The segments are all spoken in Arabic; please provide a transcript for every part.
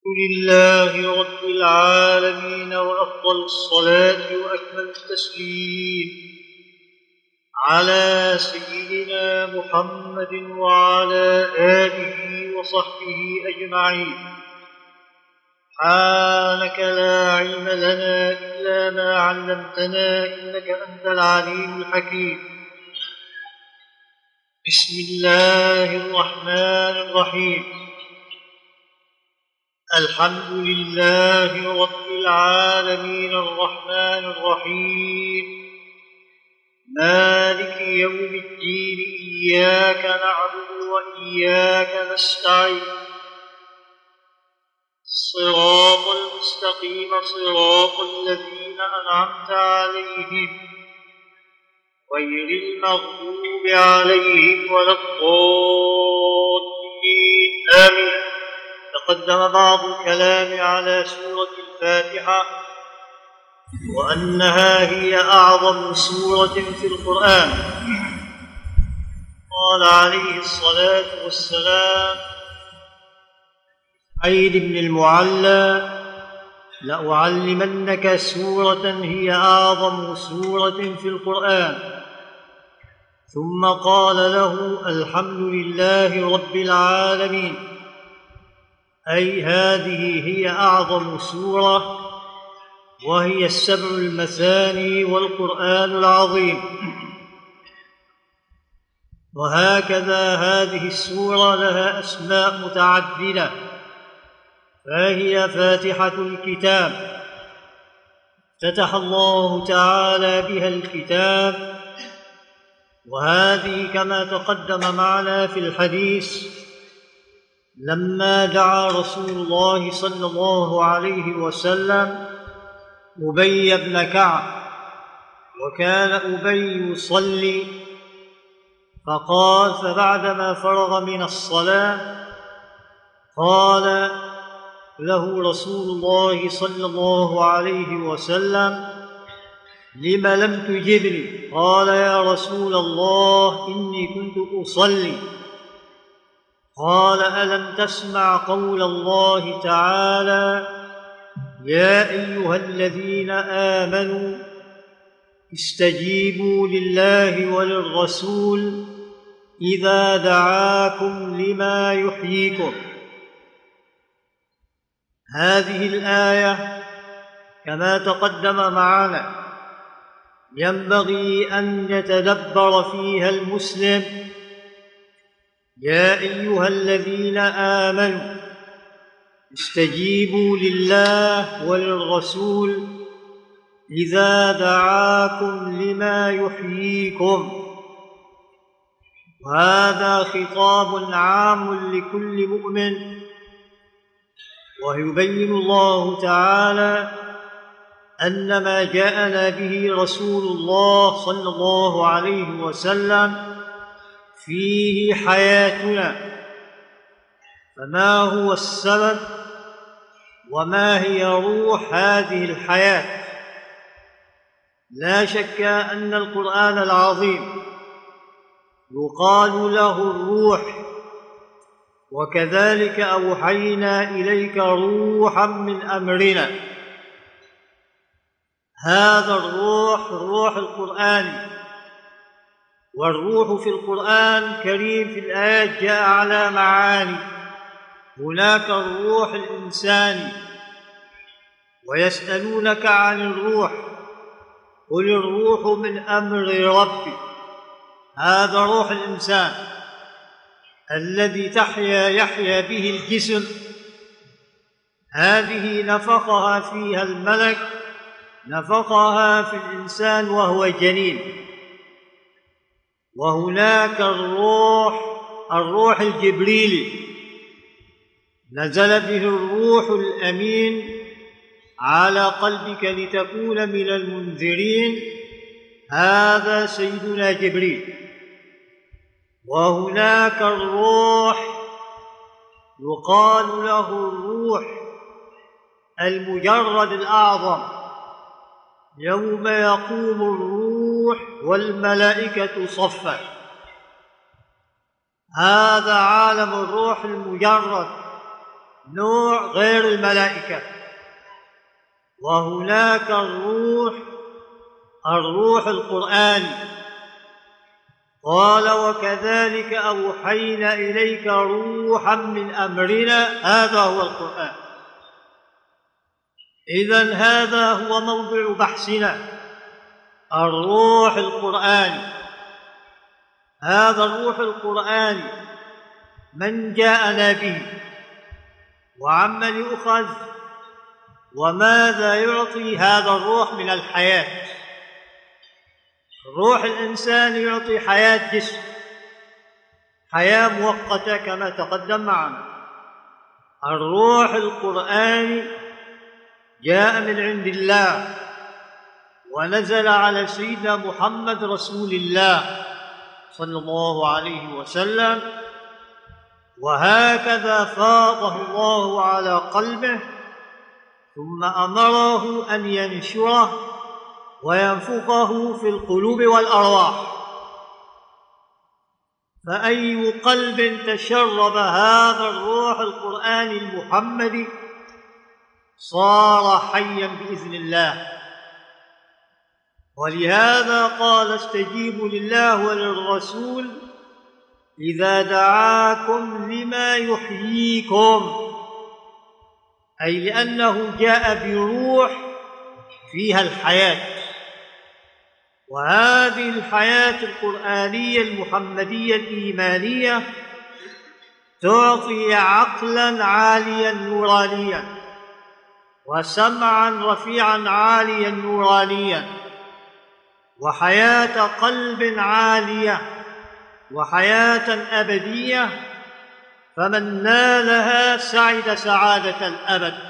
لله رب العالمين، وأفضل الصلاة وأكمل التسليم على سيدنا محمد وعلى آله وصحبه أجمعين. سبحانك لا علم لنا إلا ما علمتنا، إنك أنت العليم الحكيم. بسم الله الرحمن الرحيم. الحمد لله رب العالمين الرحمن الرحيم مالك يوم الدين، إياك نعبد وإياك نستعين. الصراط المستقيم صراط الذين أنعمت عليهم غير المغضوب عليهم ولا الضالين، آمين. تقدم بعض الكلام على سورة الفاتحة، وأنها هي أعظم سورة في القرآن. قال عليه الصلاة والسلام سعيد بن المعلى: لأعلمنك سورة هي أعظم سورة في القرآن. ثم قال له: الحمد لله رب العالمين، أي هذه هي أعظم سورة، وهي السبع المثاني والقرآن العظيم. وهكذا هذه السورة لها أسماء متعددة، فهي فاتحة الكتاب، افتتح الله تعالى بها الكتاب. وهذه كما تقدم معنا في الحديث لما دعا رسول الله صلى الله عليه وسلم أبي بن كعب، وكان أبي يصلي، فقال فبعدما فرغ من الصلاة قال له رسول الله صلى الله عليه وسلم: لم لم تجبني؟ قال: يا رسول الله، إني كنت أصلي. قال: ألم تسمع قول الله تعالى: يا أيها الذين آمنوا استجيبوا لله وللرسول إذا دعاكم لما يحييكم. هذه الآية كما تقدم معنا ينبغي أن يتدبر فيها المسلم: يا أيها الذين آمنوا استجيبوا لله وللرسول إذا دعاكم لما يحييكم. وهذا خطاب عام لكل مؤمن، ويبين الله تعالى أن ما جاءنا به رسول الله صلى الله عليه وسلم فيه حياتنا. فما هو السبب وما هي روح هذه الحياة؟ لا شك أن القرآن العظيم يقال له الروح، وكذلك أوحينا إليك روحا من أمرنا. هذا الروح القرآني، والروح في القرآن الكريم في الآيات جاء على معاني. هناك الروح الإنساني، ويسألونك عن الروح قل الروح من أمر ربي. هذا روح الإنسان الذي يحيا به الجسم. هذه نفخها فيها الملك، نفخها في الإنسان وهو جنين. وهناك الروح الجبريلي، نزل به الروح الأمين على قلبك لتكون من المنذرين. هذا سيدنا جبريل. وهناك الروح يقال له الروح المجرد الأعظم، يوم يقوم الروح والملائكة صفا. هذا عالم الروح المجرد، نوع غير الملائكة، وهناك الروح القرآني. قال: وكذلك أوحينا إليك روحا من أمرنا، هذا هو القرآن. إذن هذا هو موضع بحثنا، الروح القرآني. هذا الروح القرآني من جاءنا به، وعمن يؤخذ، وماذا يعطي هذا الروح من الحياة. الروح الإنسان يعطي حياة جسم، حياة مؤقتة كما تقدم معنا. الروح القرآني جاء من عند الله ونزل على سيدنا محمد رسول الله صلى الله عليه وسلم، وهكذا فاضه الله على قلبه، ثم أمره أن ينشره وينفخه في القلوب والأرواح. فأي قلب تشرب هذا الروح القرآني المحمدي صار حيا بإذن الله. ولهذا قال: استجيبوا لله وللرسول إذا دعاكم لما يحييكم، أي لأنه جاء بروح فيها الحياة. وهذه الحياة القرآنية المحمدية الإيمانية تعطي عقلا عاليا نورانيا، وسمعا رفيعا عاليا نورانيا، وحياة قلب عالية، وحياة أبدية. فمن نالها سعد سعادة الأبد،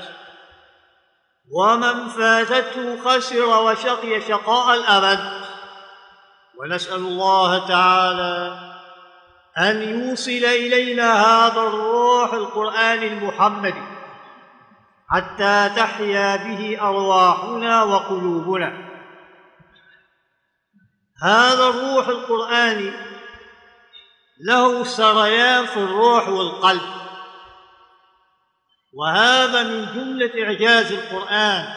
ومن فاتته خسر وشقي شقاء الأبد. ونسأل الله تعالى أن يوصل إلينا هذا الروح القرآني المحمدي حتى تحيا به أرواحنا وقلوبنا. هذا الروح القرآني له سريان في الروح والقلب، وهذا من جملة إعجاز القرآن،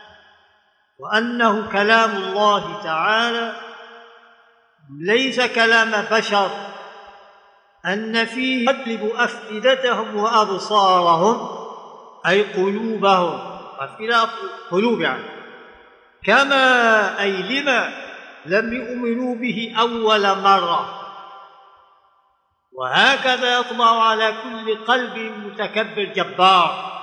وأنه كلام الله تعالى ليس كلام بشر، أن فيه يقلب أفئدتهم وأبصارهم، أي قلوبهم، أفئدة قلوب يعني، كما أي لما لم يؤمنوا به أول مرة. وهكذا يطبع على كل قلب متكبر جبار.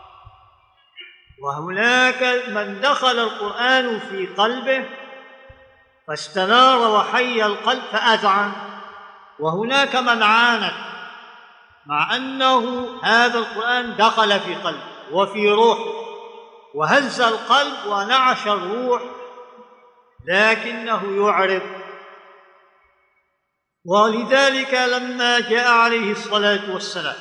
وهناك من دخل القرآن في قلبه فاستنار وحي القلب فأذعن، وهناك من عاند مع أنه هذا القرآن دخل في قلبه وفي روحه وهز القلب ونعش الروح، لكنه يعرض. ولذلك لما جاء عليه الصلاة والسلام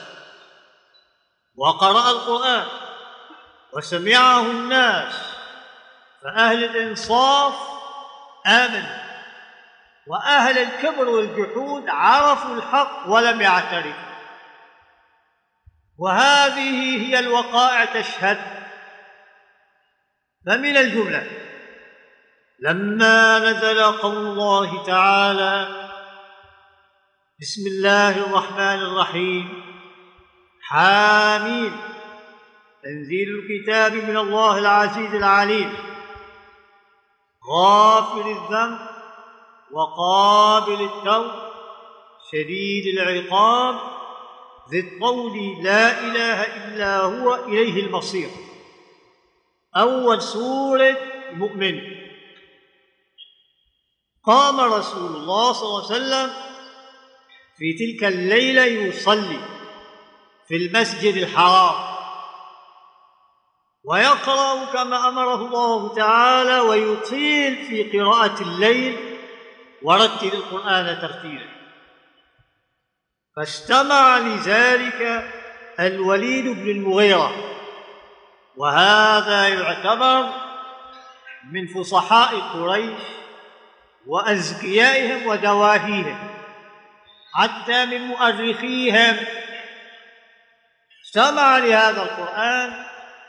وقرأ القرآن وسمعه الناس، فأهل الإنصاف آمنوا، وأهل الكبر والجحود عرفوا الحق ولم يعترفوا. وهذه هي الوقائع تشهد. فمن الجملة لما نزل قول الله تعالى: بسم الله الرحمن الرحيم، حاميم، تنزيل الكتاب من الله العزيز العليم، غافر الذنب وقابل التوب شديد العقاب ذي الطول لا إله إلا هو إليه المصير. أول سورة المؤمن. قام رسول الله صلى الله عليه وسلم في تلك الليلة يصلي في المسجد الحرام ويقرأ كما أمره الله تعالى، ويطيل في قراءة الليل ورتل القرآن ترتيلا. فاستمع لذلك الوليد بن المغيرة، وهذا يعتبر من فصحاء قريش وأذكيائهم ودواهيهم، حتى من مؤرخيهم. استمع لهذا القرآن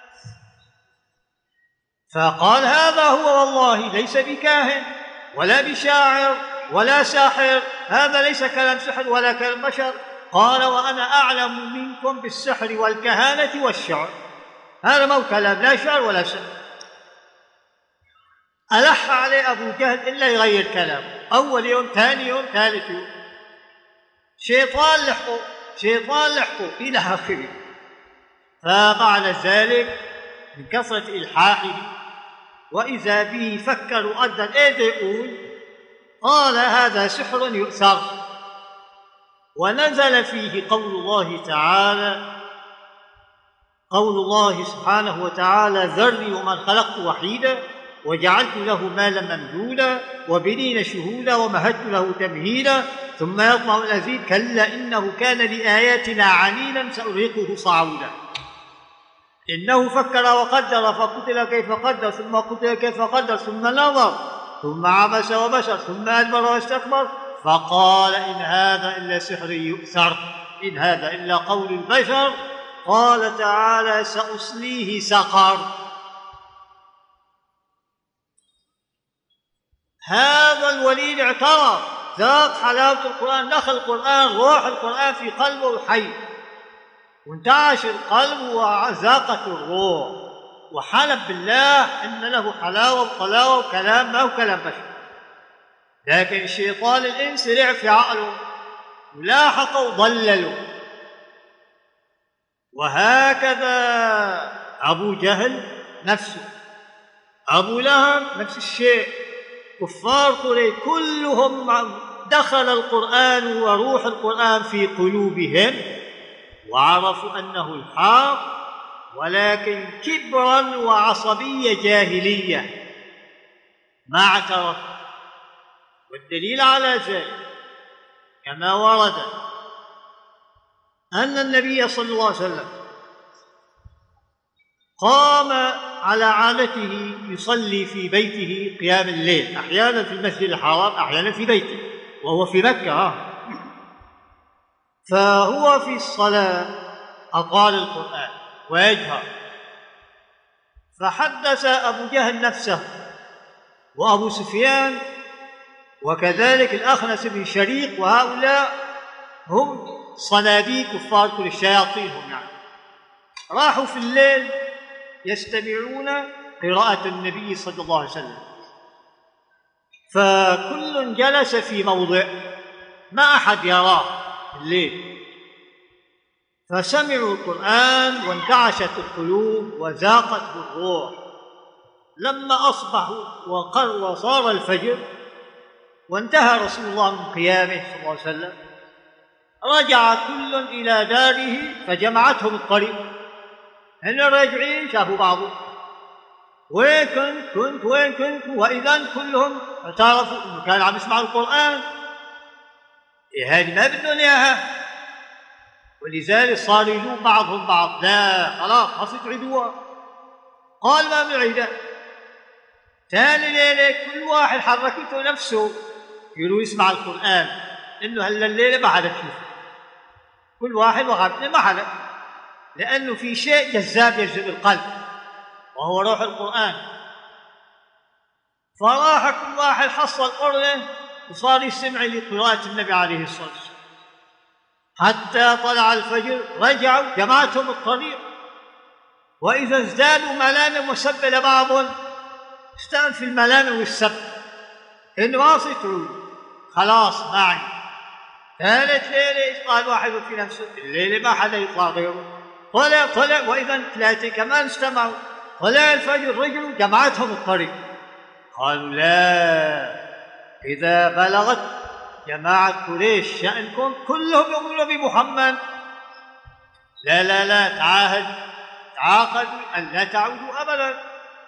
فقال هذا هو والله ليس بكاهن ولا بشاعر ولا ساحر، هذا ليس كلام سحر ولا كلام بشر. قال وأنا أعلم منكم بالسحر والكهانة والشعر، هذا مو كلام لا شعر ولا سحر. ألح عليه أبو جهل إلا يغير كلامه، أول يوم ثاني يوم ثالث يوم، شيطان لحقه إلى آخره. فبعد ذلك من كثرة إلحاحه وإذا به فكر وأذن إيه يقول، قال هذا سحر يؤثر. ونزل فيه قول الله سبحانه وتعالى ذرني ومن خلقت وحيدا وجعلت له مالا ممدودا وبنين شهودا ومهدت له تمهيدا ثم يطمع أن أزيد كلا إنه كان لآياتنا عنيدا سأرهقه صعودا. إنه فكر وقدر فقتل كيف قدر ثم قتل كيف قدر ثم نظر ثم عبس وبشر ثم أدبر واستكبر فقال إن هذا إلا سحر يؤثر إن هذا إلا قول البشر. قال تعالى سأصليه سقر. هذا الوليد اعترف، ذاق حلاوة القرآن، دخل القرآن، روح القرآن في قلبه حي، وانتعش القلب وذاقت الروح، وحلف بالله إن له حلاوة وطلاوة وكلام ما هو كلام بشر. لكن الشيطان الإنس لعب في عقله ولاحقه وضلله. وهكذا أبو جهل نفسه، أبو لهب نفس الشيء، كفار قريش كلهم دخل القرآن وروح القرآن في قلوبهم وعرفوا أنه الحق، ولكن كبرا وعصبية جاهلية ما اعترف. والدليل على ذلك كما ورد أن النبي صلى الله عليه وسلم قام على عادته يصلي في بيته قيام الليل، أحيانا في المسجد الحرام أحيانا في بيته وهو في مكة. فهو في الصلاة أطال القرآن ويجهر، فحدث أبو جهل نفسه وأبو سفيان وكذلك الأخنس بن شريق، وهؤلاء هم صناديق كفار كل الشياطين هم يعني، راحوا في الليل يستمعون قراءة النبي صلى الله عليه وسلم، فكل جلس في موضع ما أحد يراه الليل، فسمعوا القرآن وانتعشت القلوب وذاقته الروح. لما أصبحوا وصار الفجر وانتهى رسول الله من قيامه صلى الله عليه وسلم، رجع كل إلى داره فجمعتهم الطريق، هن راجعين شافوا بعضهم، وين كنت وين كنت، وإذا كلهم اعترفوا إنه كان عم يسمعوا القرآن. هذه ما بدهم إياها، ولذلك صار يلوم بعضهم بعض، لا خلاص ما تعيدوها. قال ما بنعيدها. ثاني ليلة كل واحد حركته نفسه يقولوا يسمع القرآن، إنه هلا الليلة ما حدا يشوفه، كل واحد وغاب ما حدا، لأنه في شيء جذاب يجذب القلب وهو روح القرآن. فراح كل واحد حصل قرنه وصار يستمع لقراءة النبي عليه الصلاة والسلام حتى طلع الفجر. رجعوا جماعتهم الطريق، وإذا ازدادوا ملامة وسب لبعضهم استأن في الملامة والسب إنه ما تعود خلاص معي. ثالث ليلة قال واحد في نفسه الليلة ما حدا يطلع غيره، طلع وإذا ثلاثة كمان استمعوا، طلع الفجر رجعوا جماعتهم الطريق. قالوا لا، إذا بلغت جماعة قريش شأنكم كلهم يؤمنون بمحمد، لا لا لا، تعاقدوا أن لا تعودوا أبدا.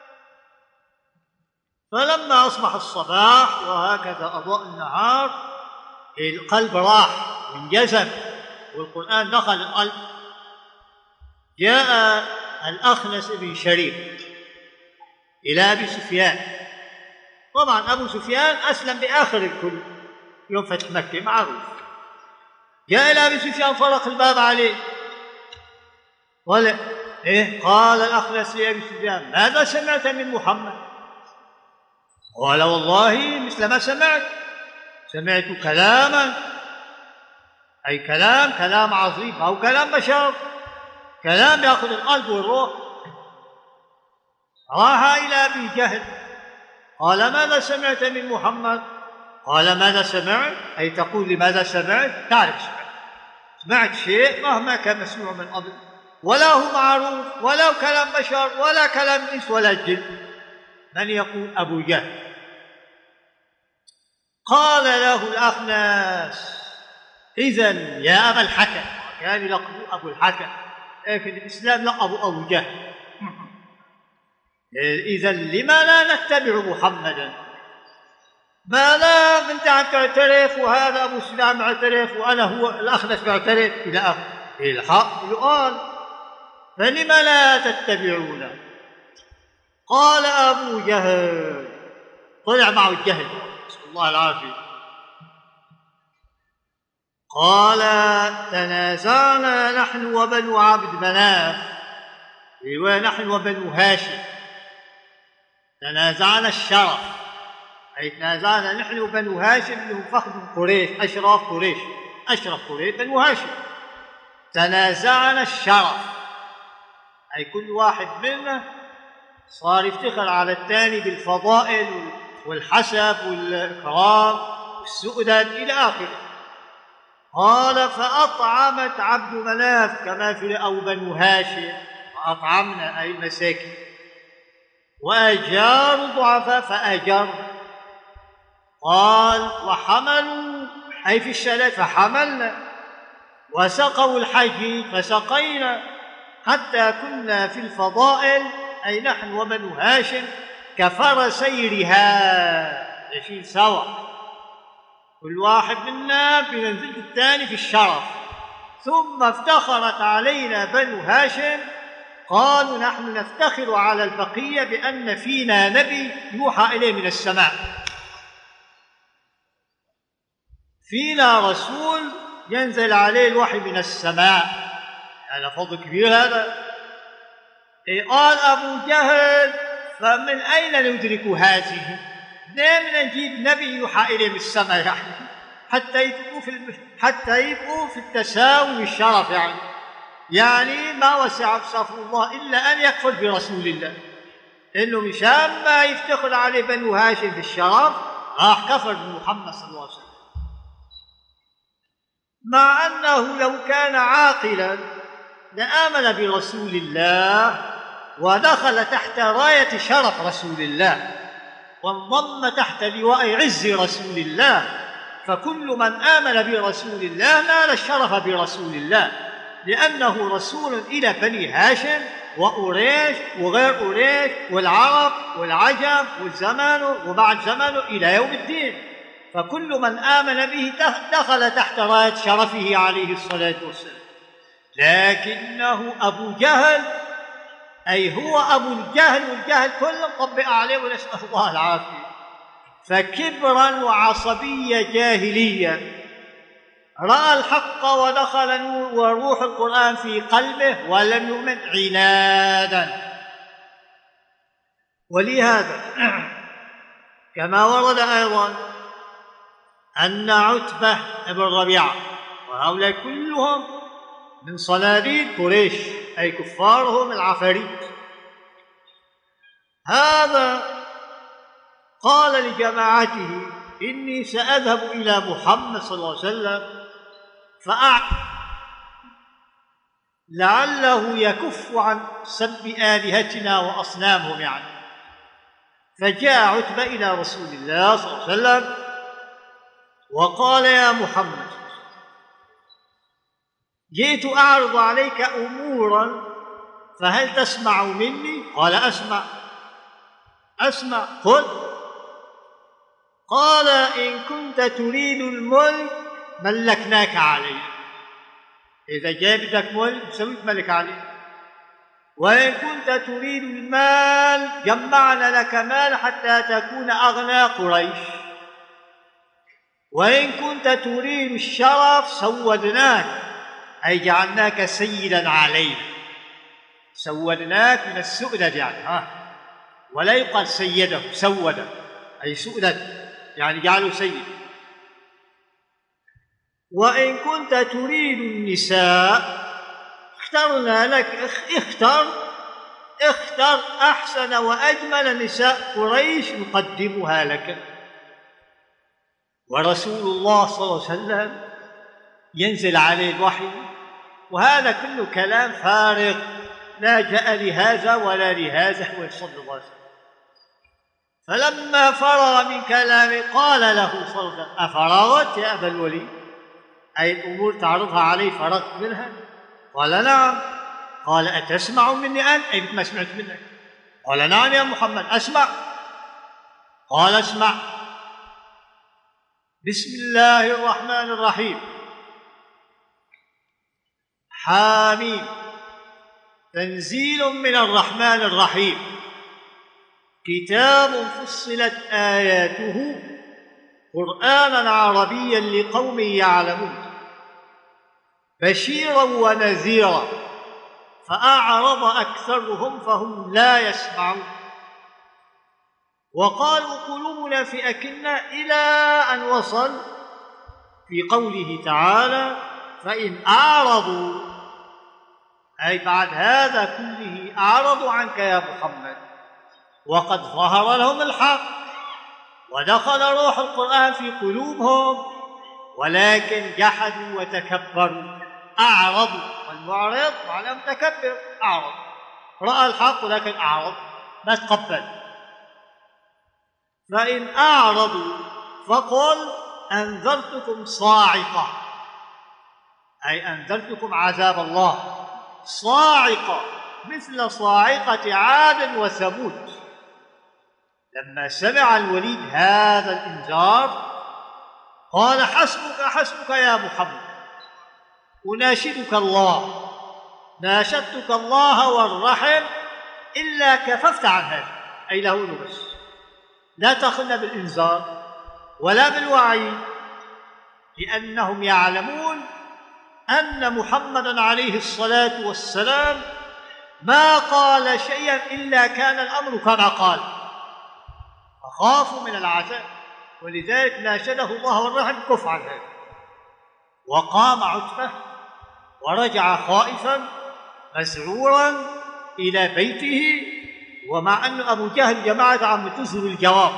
فلما أصبح الصباح وهكذا أضاء النهار، القلب راح وانجذب والقرآن دخل القلب. جاء الأخنس بن شريق إلى أبي سفيان، طبعا أبو سفيان أسلم بآخر الكل يوم فتح مكة معروف. جاء إلى أبي سفيان، فرق الباب عليه قال إيه؟ قال الأخنس لأبي سفيان: ماذا سمعت من محمد؟ قال: والله مثل ما سمعت كلاما، أي كلام عظيم، أو كلام بشر، كلام يأخذ القلب والروح. راح إلى أبي جهل قال: ماذا سمعت من محمد؟ قال: ماذا سمعت؟ أي تقول لماذا سمعت؟ تعرف سمعت شيء مهما كان مسموع من قبل، ولا هو معروف، ولا كلام بشر، ولا كلام إنس ولا جن. من يقول؟ أبو جهل. قال له الأخنس: إذن يا أبا الحكم، كان يلقبه أبو الحكم، لكن الإسلام لقبه أبو جهل. إذن لما لا نتبع محمدا؟ ما لا أنت عم تعترف وهذا أبو سفيان معترف وأنا هو الأخنس معترف إلى آخره. الحق يقال، فلما لا تتبعون؟ قال أبو جهل، طلع معه الجهل، نسأل الله العافية. قال: تنازعنا نحن وبنو عبد مناف، ونحن وبنو هاشم، تنازعنا الشرف، أي تنازعنا نحن وبنو هاشم اللي هم فخذ قريش، أشرف قريش بنو هاشم. تنازعنا الشرف، أي كل واحد منا صار يفتخر على الثاني بالفضائل والحسب والإكرام والسؤدد إلى آخره. قال: فأطعمت عبد مناف كما في أو بنو هاشم، فأطعمنا أي المساكين، وأجاروا ضعفاء فأجر. قال: وحملوا أي في الشلال فحملنا، وسقوا الحجيج فسقينا، حتى كنا في الفضائل أي نحن وبنو هاشم كفرسي رهان، يشيل سوا، كل واحد منا بمنزلة الثاني في الشرف. ثم افتخرت علينا بنو هاشم، قالوا: نحن نفتخر على البقية بأن فينا نبي يوحى إليه من السماء، فينا رسول ينزل عليه الوحي من السماء. هذا فضل كبير هذا. قال أبو جهل: فمن أين ندرك هذه؟ منين نجيب نبي يوحى إليه من السماء يعني حتى يبقوا في التساوي والشرف يعني ما وسع بصفر الله إلا أن يكفر برسول الله، إنه مشان ما يفتخر عليه بنو هاشم في الشرف راح كفر بمحمد صلى الله عليه وسلم، مع أنه لو كان عاقلا لآمن برسول الله ودخل تحت راية شرف رسول الله وانضم تحت لواء عز رسول الله. فكل من آمن برسول الله نال الشرف برسول الله، لأنه رسول إلى بني هاشم وأوريش وغير أوريش والعرب والعجم والزمان وبعد زمانه إلى يوم الدين. فكل من آمن به دخل تحت راية شرفه عليه الصلاة والسلام. لكنه أبو جهل، أي هو أبو الجهل، والجهل كله طبق عليه ونسأل الله العافية. فكبرا وعصبية جاهلية رأى الحق ودخل نور وروح القرآن في قلبه ولم يؤمن عنادا. ولهذا كما ورد أيضا أن عتبة بن ربيعة وهؤلاء كلهم من صناديد قريش، أي كفارهم العفاريت، هذا قال لجماعته: إني سأذهب إلى محمد صلى الله عليه وسلم لعله يكف عن سب آلهتنا وأصنامهم فجاء عتبة إلى رسول الله صلى الله عليه وسلم وقال: يا محمد، جئت أعرض عليك أمورا فهل تسمع مني؟ قال: أسمع. قل. قال: إن كنت تريد الملك ملكناك عليه، إذا جاء بدك ملك سويت ملك عليه. وإن كنت تريد المال جمعنا لك مال حتى تكون أغنى قريش. وإن كنت تريد الشرف سودناك، أي جعلناك سيدا علينا. سودناك من السؤدد يعني ولا يقال سيده، سود أي سؤدد يعني جعله سيد. وإن كنت تريد النساء اخترنا لك، اختر أحسن وأجمل نساء قريش نقدمها لك. ورسول الله صلى الله عليه وسلم ينزل عليه الوحي، وهذا كله كلام فارغ لا جاء لهذا ولا لهذا، صلى الله عليه وسلم. فلما فرغ من كلامه قال له صلى الله عليه وسلم: أفرغت يا أبا الوليد؟ أي الأمور تعرضها عليه فرغت منها؟ قال: نعم. قال: أتسمع مني أنت؟ أي مثل ما سمعت منك. قال: نعم يا محمد أسمع. قال: اسمع: بسم الله الرحمن الرحيم، حاميم، تنزيل من الرحمن الرحيم، كتاب فصلت آياته قرآنا عربيا لقوم يعلمون، بشيرا ونذيرا، فأعرض أكثرهم فهم لا يسمعون، وقالوا قلوبنا في أكنة، إلى أن وصل في قوله تعالى: فإن أعرضوا، أي بعد هذا كله أعرضوا عنك يا محمد وقد ظهر لهم الحق ودخل روح القرآن في قلوبهم، ولكن جحدوا وتكبروا، أعرضوا. والمعرض معناه متكبر، أعرض، رأى الحق ولكن أعرض، ما تقبل. فإن أعرضوا فقل أنذرتكم صاعقة، أي أنذرتكم عذاب الله، صاعقة مثل صاعقة عاد وثمود. لما سمع الوليد هذا الإنذار قال: حسبك حسبك يا محمد، أناشدك الله، ناشدتك الله والرحم إلا كففت عن هذا، أي له بس، لا تأخذنا بالإنذار ولا بالوعي، لأنهم يعلمون أن محمدًا عليه الصلاة والسلام ما قال شيئا إلا كان الأمر كما قال، فخافوا من العذاب، ولذلك ناشده الله والرحم: كف عن هذا. وقام عتبة ورجع خائفا مسعورا إلى بيته، ومع أن أبو جهل جماعة عم تظهر الجواب،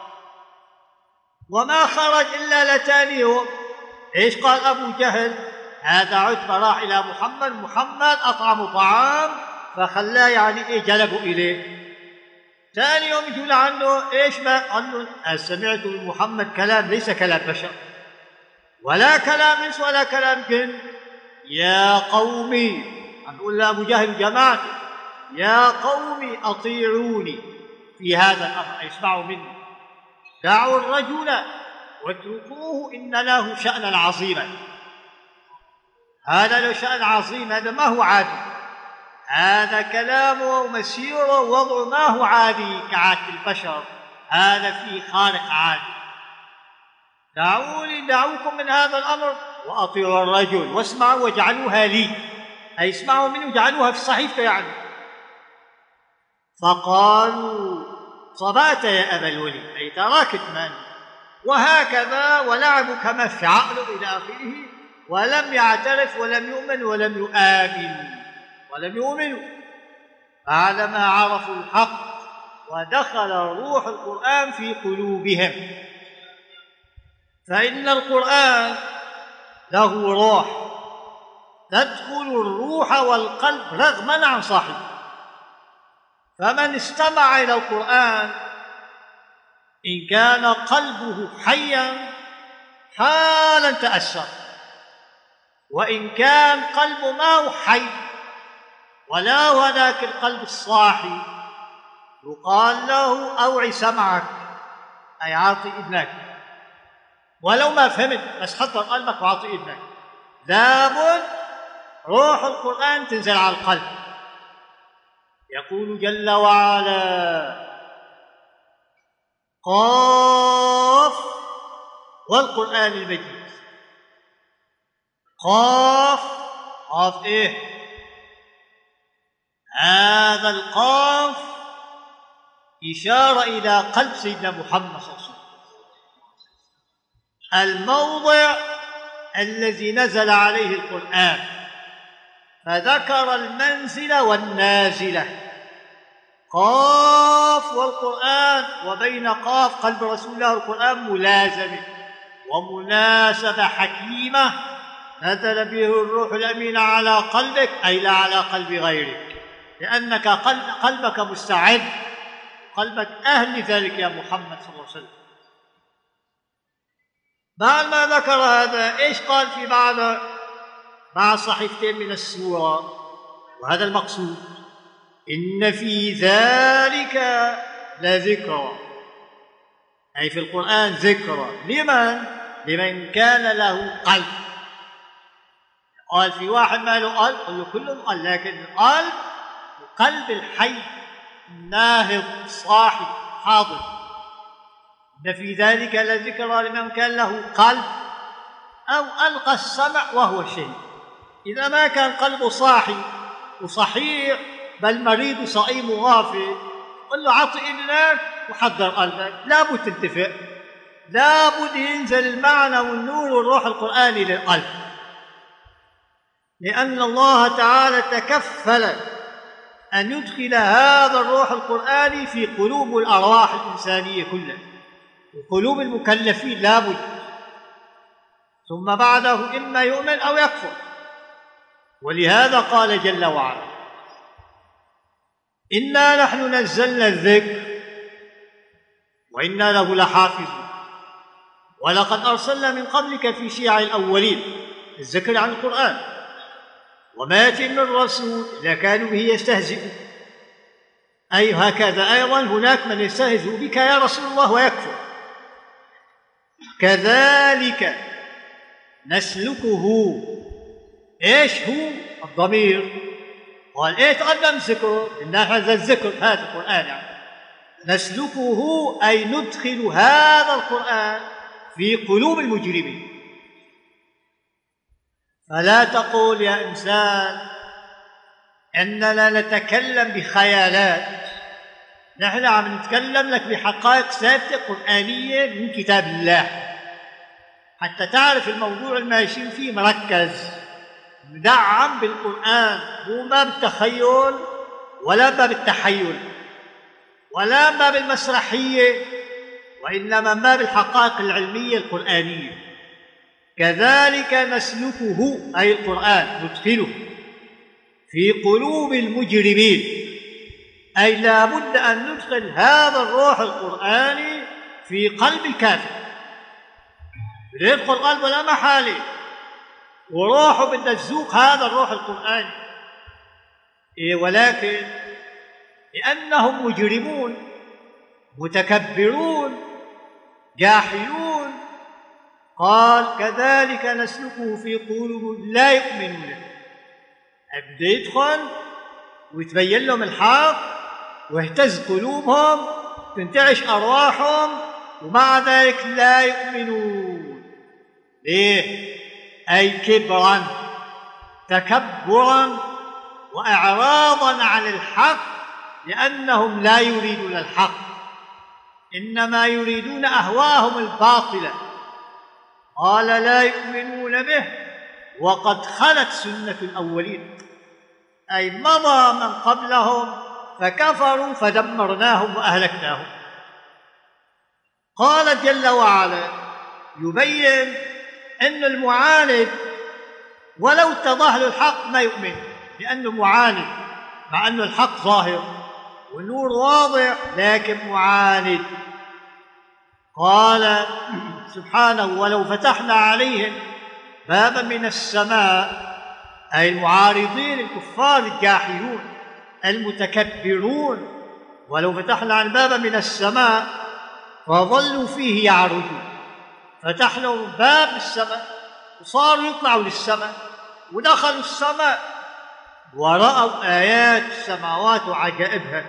وما خرج إلا لتاني يوم. إيش قال أبو جهل؟ هذا عتبة راح إلى محمد أطعمه طعام فخلاه يعني جلبوا إليه. ثاني يوم يجوا لعنه: إيش ما؟ قال له: سمعت من محمد كلام ليس كلام بشر ولا كلام إنس ولا كلام جن. يا قومي، عم بقول لأبو جهل جماعته: يا قومي أطيعوني في هذا الأمر، اسمعوا مني، دعوا الرجل واتركوه، إن له شأنا عظيما. هذا له شأن عظيم، هذا ما هو عادي، هذا كلامه ومسيره ووضعه ما هو عادي كعادة البشر، هذا فيه خارق عادي. دعوكم من هذا الأمر وأطيعوا الرجل واسمعوا واجعلوها لي، أي اسمعوا مني وجعلوها في الصحيفة يعني. فقالوا: صبأت يا أبا الوليد، أي تراكت من، وهكذا، ولعبوا كما في عقله إلى آخره، ولم يعترف ولم يؤمن ولم يؤمنوا بعدما عرفوا الحق ودخل روح القرآن في قلوبهم. فإن القرآن له روح تدخل الروح والقلب رغما عن صاحبه، فمن استمع إلى القرآن إن كان قلبه حيا حالا تأثر، وإن كان قلبه ما هو حي ولا هو ذاك القلب الصاحي، يقال له: أوعي سمعك، أي عاطي إذنك، ولو ما فهمت بس حضر قلبك وعاطي إذنك. لابد روح القرآن تنزل على القلب. يقول جل وعلا: قاف والقرآن المجيد. قاف إيه؟ هذا القاف إشارة إلى قلب سيدنا محمد صلى الله عليه وسلم، الموضع الذي نزل عليه القرآن، فذكر المنزلة والنازلة. قاف والقرآن، وبين قاف قلب رسول الله والقرآن ملازمة ومناسبة حكيمة، نزل به الروح الأمين على قلبك، أي لا على قلب غيرك، لأنك قلبك مستعد، قلبك أهل لذلك يا محمد صلى الله عليه وسلم. بعد ما ذكر هذا إيش قال في بعد صحيفتين من السورة؟ وهذا المقصود: إن في ذلك لذكرى، أي في القرآن ذكرى لمن كان له قلب. قال في واحد ما له قلب، قل له كلهم قلب، لكن القلب قلب الحي الناهض الصاحي حاضر. إن في ذلك لذكرى لمن كان له قلب أو ألقى السمع وهو شهيد. إذا ما كان قلبه صاحي وصحيح بل مريض صائم وغافل، قل له عطي إذنك وحضر قلبك، لابد تنتفع، لابد ينزل المعنى والنور والروح القرآني للقلب، لأن الله تعالى تكفل أن يدخل هذا الروح القرآني في قلوب الأرواح الإنسانية كلها وقلوب المكلفين لابد، ثم بعده إما يؤمن أو يكفر. ولهذا قال جل وعلا: إنا نحن نزلنا الذكر وإنا له لحافظون ولقد أرسلنا من قبلك في شيع الأولين، الذكر عن القرآن، وما يأتي من الرسول إلا كانوا به يستهزئون. أي هكذا أيضا هناك من يستهزئ بك يا رسول الله ويكفر. كذلك نسلكه. إيش هو الضمير؟ قال إيه تقدم ذكره، إن هذا الذكر هذا القرآن يعني. نسلكه أي ندخل هذا القرآن في قلوب المجرمين. فلا تقول يا إنسان إننا نتكلم بخيالات، نحن عم نتكلم لك بحقائق ثابتة قرآنية من كتاب الله، حتى تعرف الموضوع الماشي فيه مركز مدعم بالقرآن، مو ما بالتخيل ولا ما بالتحيل ولا ما بالمسرحية، وإنما ما بالحقائق العلمية القرآنية. كذلك نسلكه أي القرآن ندخله في قلوب المجرمين، أي لا بد أن ندخل هذا الروح القرآني في قلب الكافر. بده يدخل قلبه لا محالة، وروحه بدها تذوق هذا الروح القرآني. ولكن لأنهم مجرمون متكبرون جاحدون، قال كذلك نسلكه في قلوب لا يؤمنون. بده يدخل ويتبين لهم الحق ويهتز قلوبهم تنتعش أرواحهم، ومع ذلك لا يؤمنون. ليه؟ أي كبرا تكبرا وإعراضا عن الحق، لأنهم لا يريدون الحق، إنما يريدون أهواءهم الباطلة. قال لا يؤمنون به وقد خلت سنة الأولين، أي مضى من قبلهم فكفروا فدمرناهم وأهلكناهم. قال جل وعلا يبين أن المعاند ولو اتضح له الحق ما يؤمن، لأنه معاند مع أن الحق ظاهر والنور واضح لكن معاند. قال سبحانه ولو فتحنا عليهم بابا من السماء، أي المعارضين الكفار الجاحدون المتكبرون، ولو فتحنا عن بابا من السماء فظلوا فيه يعرجون، فتح لهم باب السماء وصاروا يطلعوا للسماء ودخلوا السماء ورأوا آيات السماوات وعجائبها،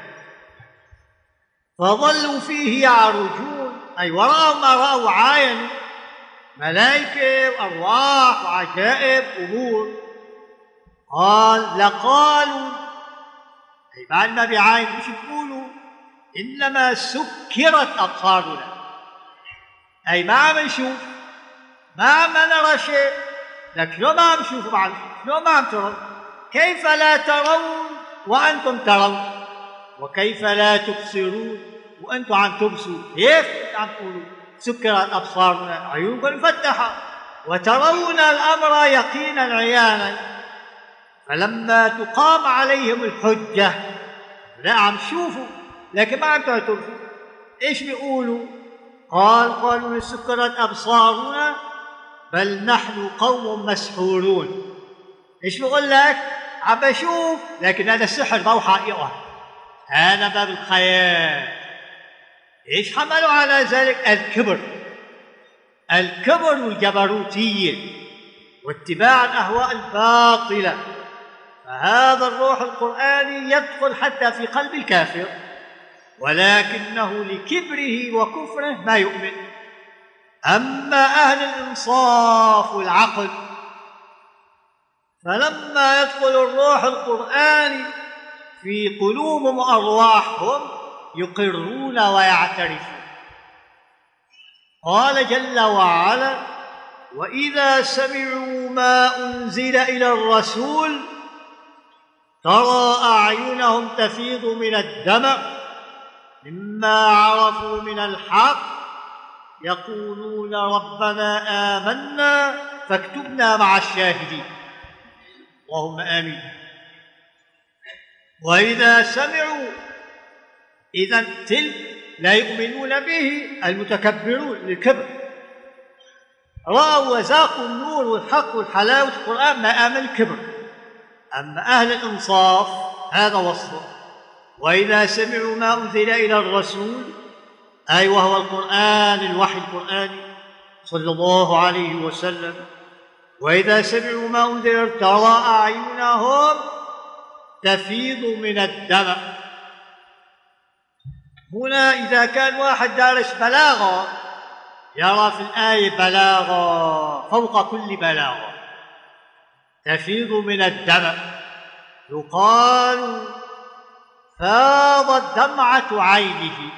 فظلوا فيه يعرجون، أي ورأوا ما رأوا عاينوا ملائكة وأرواح وعجائب أمور. قال لقالوا أي بعد ما بيعاين مش بيقولوا إنما سكرت أبصارنا، أي ما عم نشوف، ما عم نرى شيء. لكن شلون ما عم نشوف بعد؟ شلون ما عم ترون؟ كيف لا ترون وأنتم ترون؟ وكيف لا تبصرون وأنتم عم تبصروا؟ كيف عم تقولوا سكرت أبصارنا عيونكم مفتحة وترون الأمر يقينا عيانا؟ فلما تقام عليهم الحجة لا عم شوفوا لكن ما عم تعترفوا. ايش بيقولوا؟ قالوا سكرت أبصارنا بل نحن قوم مسحورون. ايش بيقول لك؟ عم بشوف لكن هذا السحر مو حقيقة، هذا باب الخيال. ايش حملوا على ذلك؟ الكبر والجبروتية واتباع الأهواء الباطلة. فهذا الروح القرآني يدخل حتى في قلب الكافر، ولكنه لكبره وكفره ما يؤمن. أما أهل الإنصاف والعقل فلما يدخل الروح القرآني في قلوبهم وأرواحهم يقرون ويعترفون. قال جل وعلا: وإذا سمعوا ما أنزل إلى الرسول ترى أعينهم تفيض من الدمع مما عرفوا من الحق يقولون ربنا آمنا فاكتبنا مع الشاهدين. اللهم آمين. وإذا سمعوا إذن تلك لا يؤمنون به المتكبرون للكبر، رأوا وذاقوا النور والحق والحلاوة القرآن ما آمن الكبر. أما أهل الإنصاف هذا وصفه: وإذا سمعوا ما أنزل إلى الرسول، أي وهو القرآن الوحي القرآني صلى الله عليه وسلم، وإذا سمعوا ما أنزل ترى أعينهم تفيض من الدمع. هنا إذا كان واحد دارس بلاغة يرى في الآية بلاغة فوق كل بلاغة، تفيض من الدمع. يقال فاضت دمعة عينه،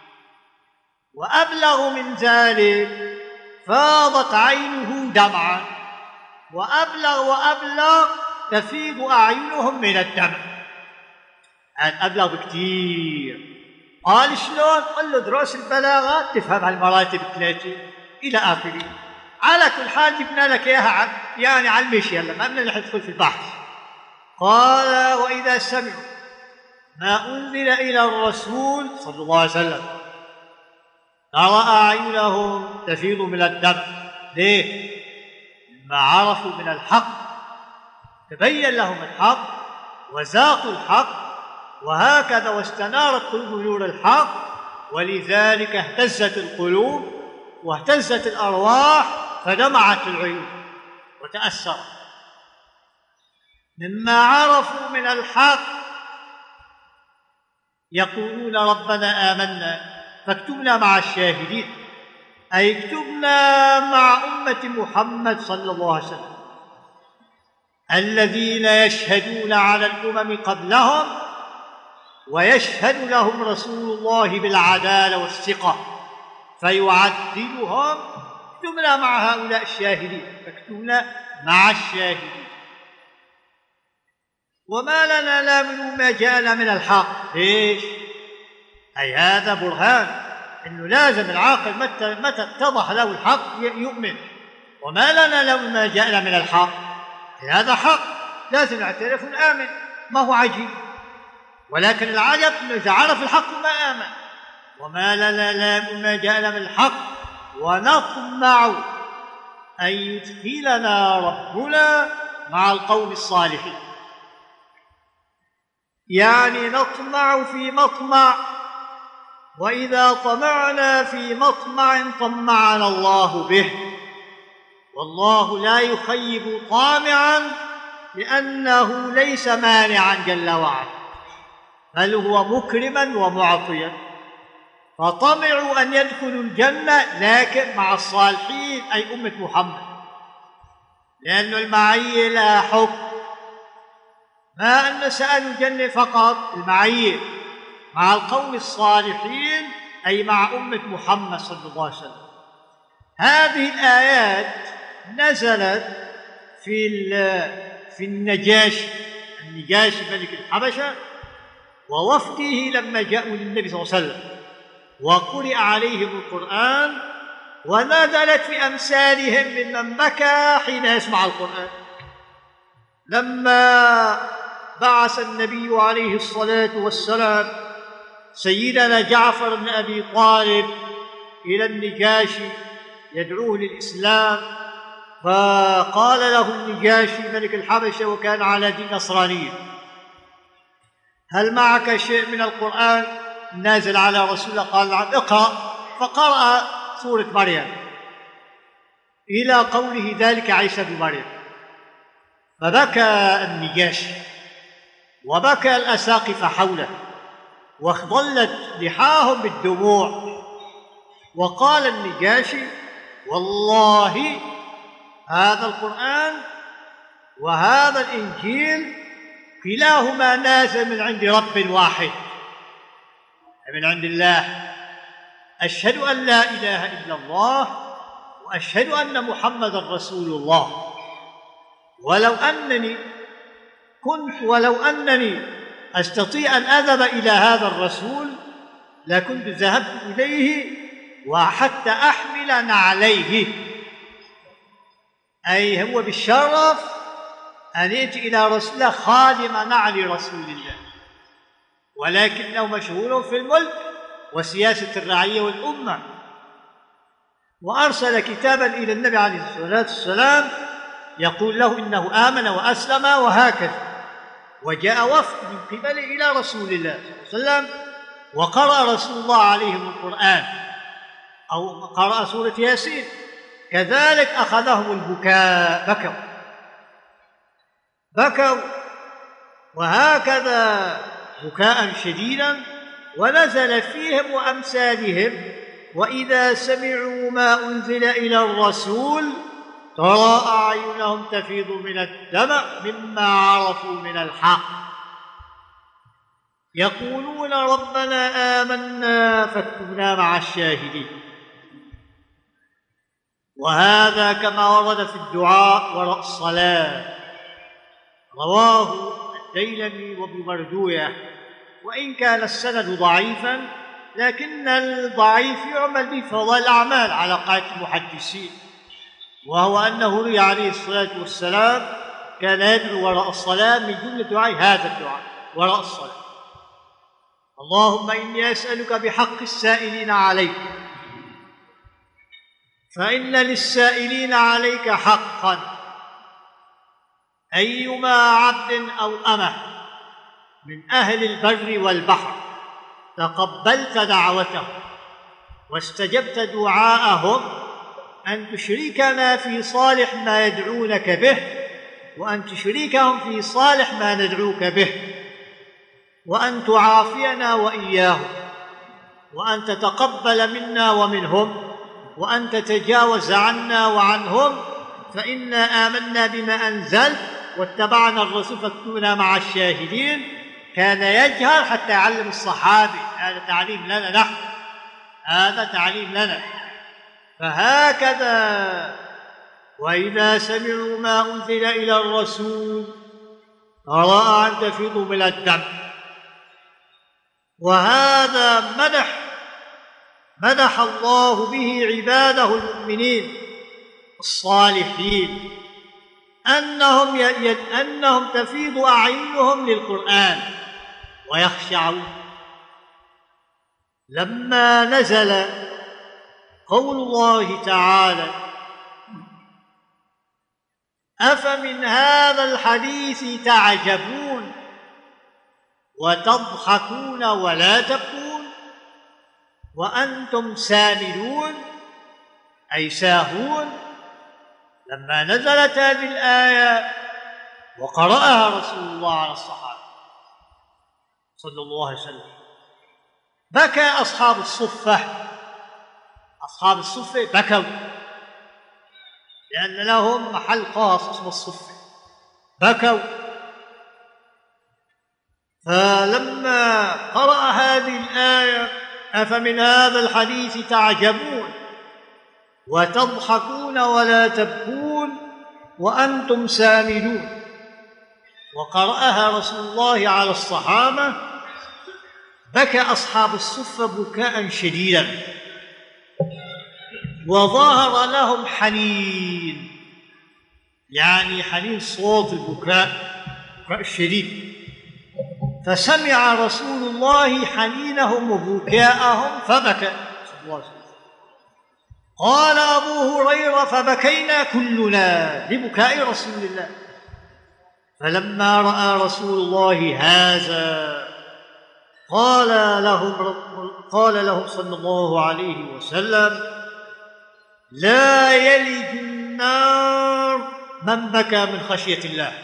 وأبلغ من ذلك فاضت عينه دمعا، وأبلغ تفيض أعينهم من الدمع. هذا أبلغ بكثير. قال شلون؟ قال له دروس البلاغة تفهم هالمراتب الثلاثة إلى آخره. على كل حال جبنا لك إياها يعني على المشي، هلا ما بدنا ندخل في البحث. قال وإذا سمعوا ما أنزل إلى الرسول صلى الله عليه وسلم ترى أعينهم تفيض من الدمع. ليه؟ ما عرفوا من الحق، تبين لهم الحق وذاقوا الحق، وهكذا واستنارت قلوبهم نور الحق، ولذلك اهتزت القلوب واهتزت الأرواح فدمعت العيون وتأثرت. مما عرفوا من الحق يقولون ربنا آمنا فاكتبنا مع الشاهدين، أي اكتبنا مع أمة محمد صلى الله عليه وسلم الذين يشهدون على الأمم قبلهم ويشهد لهم رسول الله بالعدالة والثقة فيعدلهم. اكتبنا مع هؤلاء الشاهدين، فاكتبنا مع الشاهدين. وما لنا لا من ما جاءنا من الحق. ليش؟ أي هذا برهان إنه لازم العاقل متى اتضح له الحق يؤمن. وما لنا لا من ما جاءنا من الحق، هذا حق لازم نعترف ونآمن، ما هو عجيب. ولكن العجب إنه إذا عرف الحق ما آمن. وما لنا لا من ما جاءنا من الحق ونطمع أن يدخلنا ربنا مع القوم الصالحين. يعني نطمع في مطمع، وإذا طمعنا في مطمع طمعنا الله به، والله لا يخيب طامعا لأنه ليس مانعا جل وعلا، بل هو مكرما ومعطيا. فطمعوا أن يدخلوا الجنة لكن مع الصالحين أي أمة محمد، لأن المعية لها حكم. ما أن سألوا الجنة فقط المعية مع القوم الصالحين، أي مع أمة محمد صلى الله عليه وسلم. هذه الآيات نزلت في النجاشي ملك الحبشة ووفده لما جاءوا للنبي صلى الله عليه وسلم، وقرئ عليهم القرآن، ونزلت في أمثالهم ممن بكى حين يسمع القرآن. لما بعث النبي عليه الصلاة والسلام سيدنا جعفر بن أبي طالب إلى النجاشي يدعوه للإسلام، فقال له النجاشي ملك الحبشة وكان على دين نصرانية: هل معك شيء من القرآن نازل على رسول الله؟ قال: نعم. اقرأ. فقرأ سورة مريم إلى قوله ذلك عيسى بن مريم، فبكى النجاشي وبكى الأساقفة حوله واخضلت لحاهم بالدموع. وقال النجاشي: والله هذا القرآن وهذا الإنجيل كلاهما نازل من عند رب واحد، من عند الله. أشهد أن لا إله إلا الله وأشهد أن محمدا رسول الله. ولو أنني أستطيع أن أذهب إلى هذا الرسول لكنت ذهبت إليه وحتى أحمل نعليه، أي هو بالشرف أن يأتي إلى رسول الله خادم نعل رسول الله، ولكنه مشغول في الملك وسياسة الرعية والأمة. وأرسل كتابا إلى النبي عليه الصلاة والسلام يقول له إنه آمن وأسلم وهكذا. وجاء وفد من قبله إلى رسول الله صلى الله عليه وسلم، وقرأ رسول الله عليهم القرآن أو قرأ سورة ياسين، كذلك أخذهم البكاء، بكوا وهكذا بكاء شديدا. ونزل فيهم وأمثالهم: وإذا سمعوا ما أنزل إلى الرسول ترى أعينهم تفيض من الدمع مما عرفوا من الحق يقولون ربنا آمنا فاكتبنا مع الشاهدين. وهذا كما ورد في الدعاء وراء الصلاة، رواه الديلمي وابن مردوية، وإن كان السند ضعيفا لكن الضعيف يعمل به فضائل الأعمال على قاعدة المحدثين، وهو أنه روي عليه الصلاة والسلام كان يدعو وراء الصلاة من جملة دعاء هذا الدعاء وراء الصلاة: اللهم إني أسألك بحق السائلين عليك، فإن للسائلين عليك حقا، أيما عبد أو أمة من أهل البر والبحر تقبلت دعوته واستجبت دعاءهم أن تشركنا في صالح ما يدعونك به، وأن تشركهم في صالح ما ندعوك به، وأن تعافينا وإياهم، وأن تتقبل منا ومنهم، وأن تتجاوز عنا وعنهم، فإنا آمنا بما أنزلت واتبعنا الرسول فاكتبنا مع الشاهدين. كان يجهر حتى يعلم الصحابة، هذا تعليم لنا نحن، هذا تعليم لنا. فهكذا وإذا سمعوا ما أنزل إلى الرسول ترى أعين تفيض من الدمع. وهذا مدح الله به عباده المؤمنين الصالحين، أنهم تفيض أعينهم للقرآن ويخشعون. لما نزل قول الله تعالى: أفمن هذا الحديث تعجبون وتضحكون ولا تبكون وأنتم سامدون، أي ساهون. لما نزلت هذه الآية وقرأها رسول الله على الصحابة صلى الله عليه وسلم بكى أصحاب الصفة بكوا، لأن لهم محل خاص اسمه الصفة، بكوا فلما قرأ هذه الآية: أفمن هذا الحديث تعجبون وتضحكون ولا تبكون وأنتم سامدون، وقرأها رسول الله على الصحابة، بكى أصحاب الصفة بكاء شديدا، وظهر لهم حنين، يعني حنين صوت البكاء الشديد. فسمع رسول الله حنينهم وبكاءهم فبكى صلى الله عليه وسلم. قال أبو هريرة: فبكينا كلنا لبكاء رسول الله. فلما رأى رسول الله هذا قال لهم صلى الله عليه وسلم: لا يلج النار من بكى من خشية الله،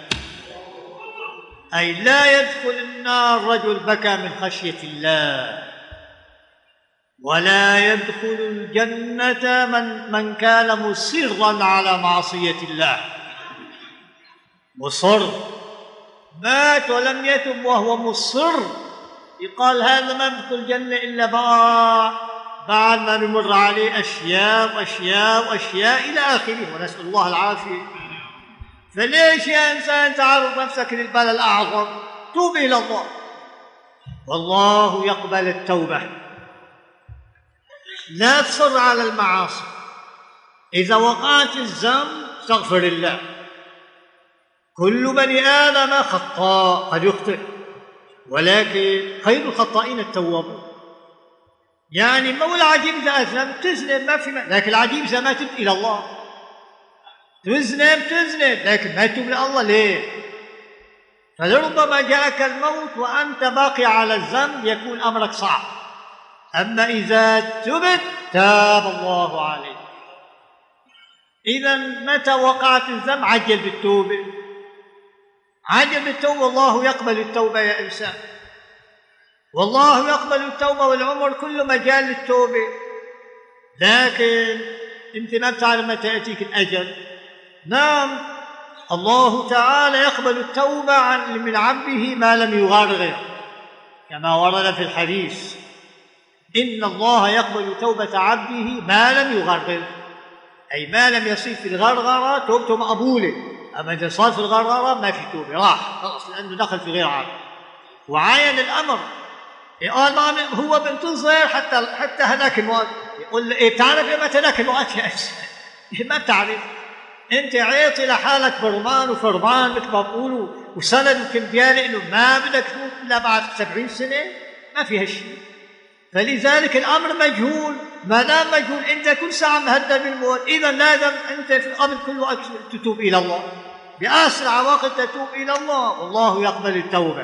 أي لا يدخل النار رجل بكى من خشية الله، ولا يدخل الجنة من كان مصرا على معصية الله. مصر، مات ولم يتب وهو مصر، يقال هذا ما يدخل الجنة إلا بعد ما بمر عليه أشياء وأشياء وأشياء إلى آخره، ونسأل الله العافية. فليش يا إنسان تعرض نفسك للبلاء الأعظم؟ توب إلى الله، والله يقبل التوبة. لا تصر على المعاصي، إذا وقعت الذنب استغفر الله. كل بني آدم خطاء، قد يخطئ، ولكن خير الخطائين التوابون. يعني مو العجيب إذا أذنب تذنب ما في لكن العجيب إذا ما تبت إلى الله. تذنب لكن ما تتوب إلى الله، ليه؟ فلربما جاءك الموت وأنت باقي على الذنب يكون أمرك صعب، أما إذا تبت تاب الله عليك. إذا متى وقعت الذنب عجل بالتوبة، عجل بالتوبة، والله يقبل التوبة يا إنسان، والله يقبل التوبة، والعمر كله مجال للتوبة. لكن أنت ما بتعرف متى يأتيك الأجل. نعم، الله تعالى يقبل التوبة من عبده ما لم يغرغر، كما ورد في الحديث: إن الله يقبل توبة عبده ما لم يغرغر، أي ما لم يصير في الغرغرة توبته مقبولة. أما إذا صار في الغرغرة ما في توبة، راح خلاص، لأنه دخل في غير عقل وعاين الأمر. قال هو بنتظر حتى هذاك الوقت. يقول إيه بتعرف متى هذاك الوقت يا أخي؟ ما بتعرف، أنت عيطي لحالك برمان وفرمان مثل ما بقولوا، وسند وكمبيالة إنه ما بدك تموت إلا بعد 70 سنة، ما في هالشيء. فلذلك الأمر مجهول، ما دام مجهول أنت كل ساعة مهدد بالموت، إذا لازم أنت في قبل كل وقت تتوب إلى الله، بأسرع وقت تتوب إلى الله، والله يقبل التوبة.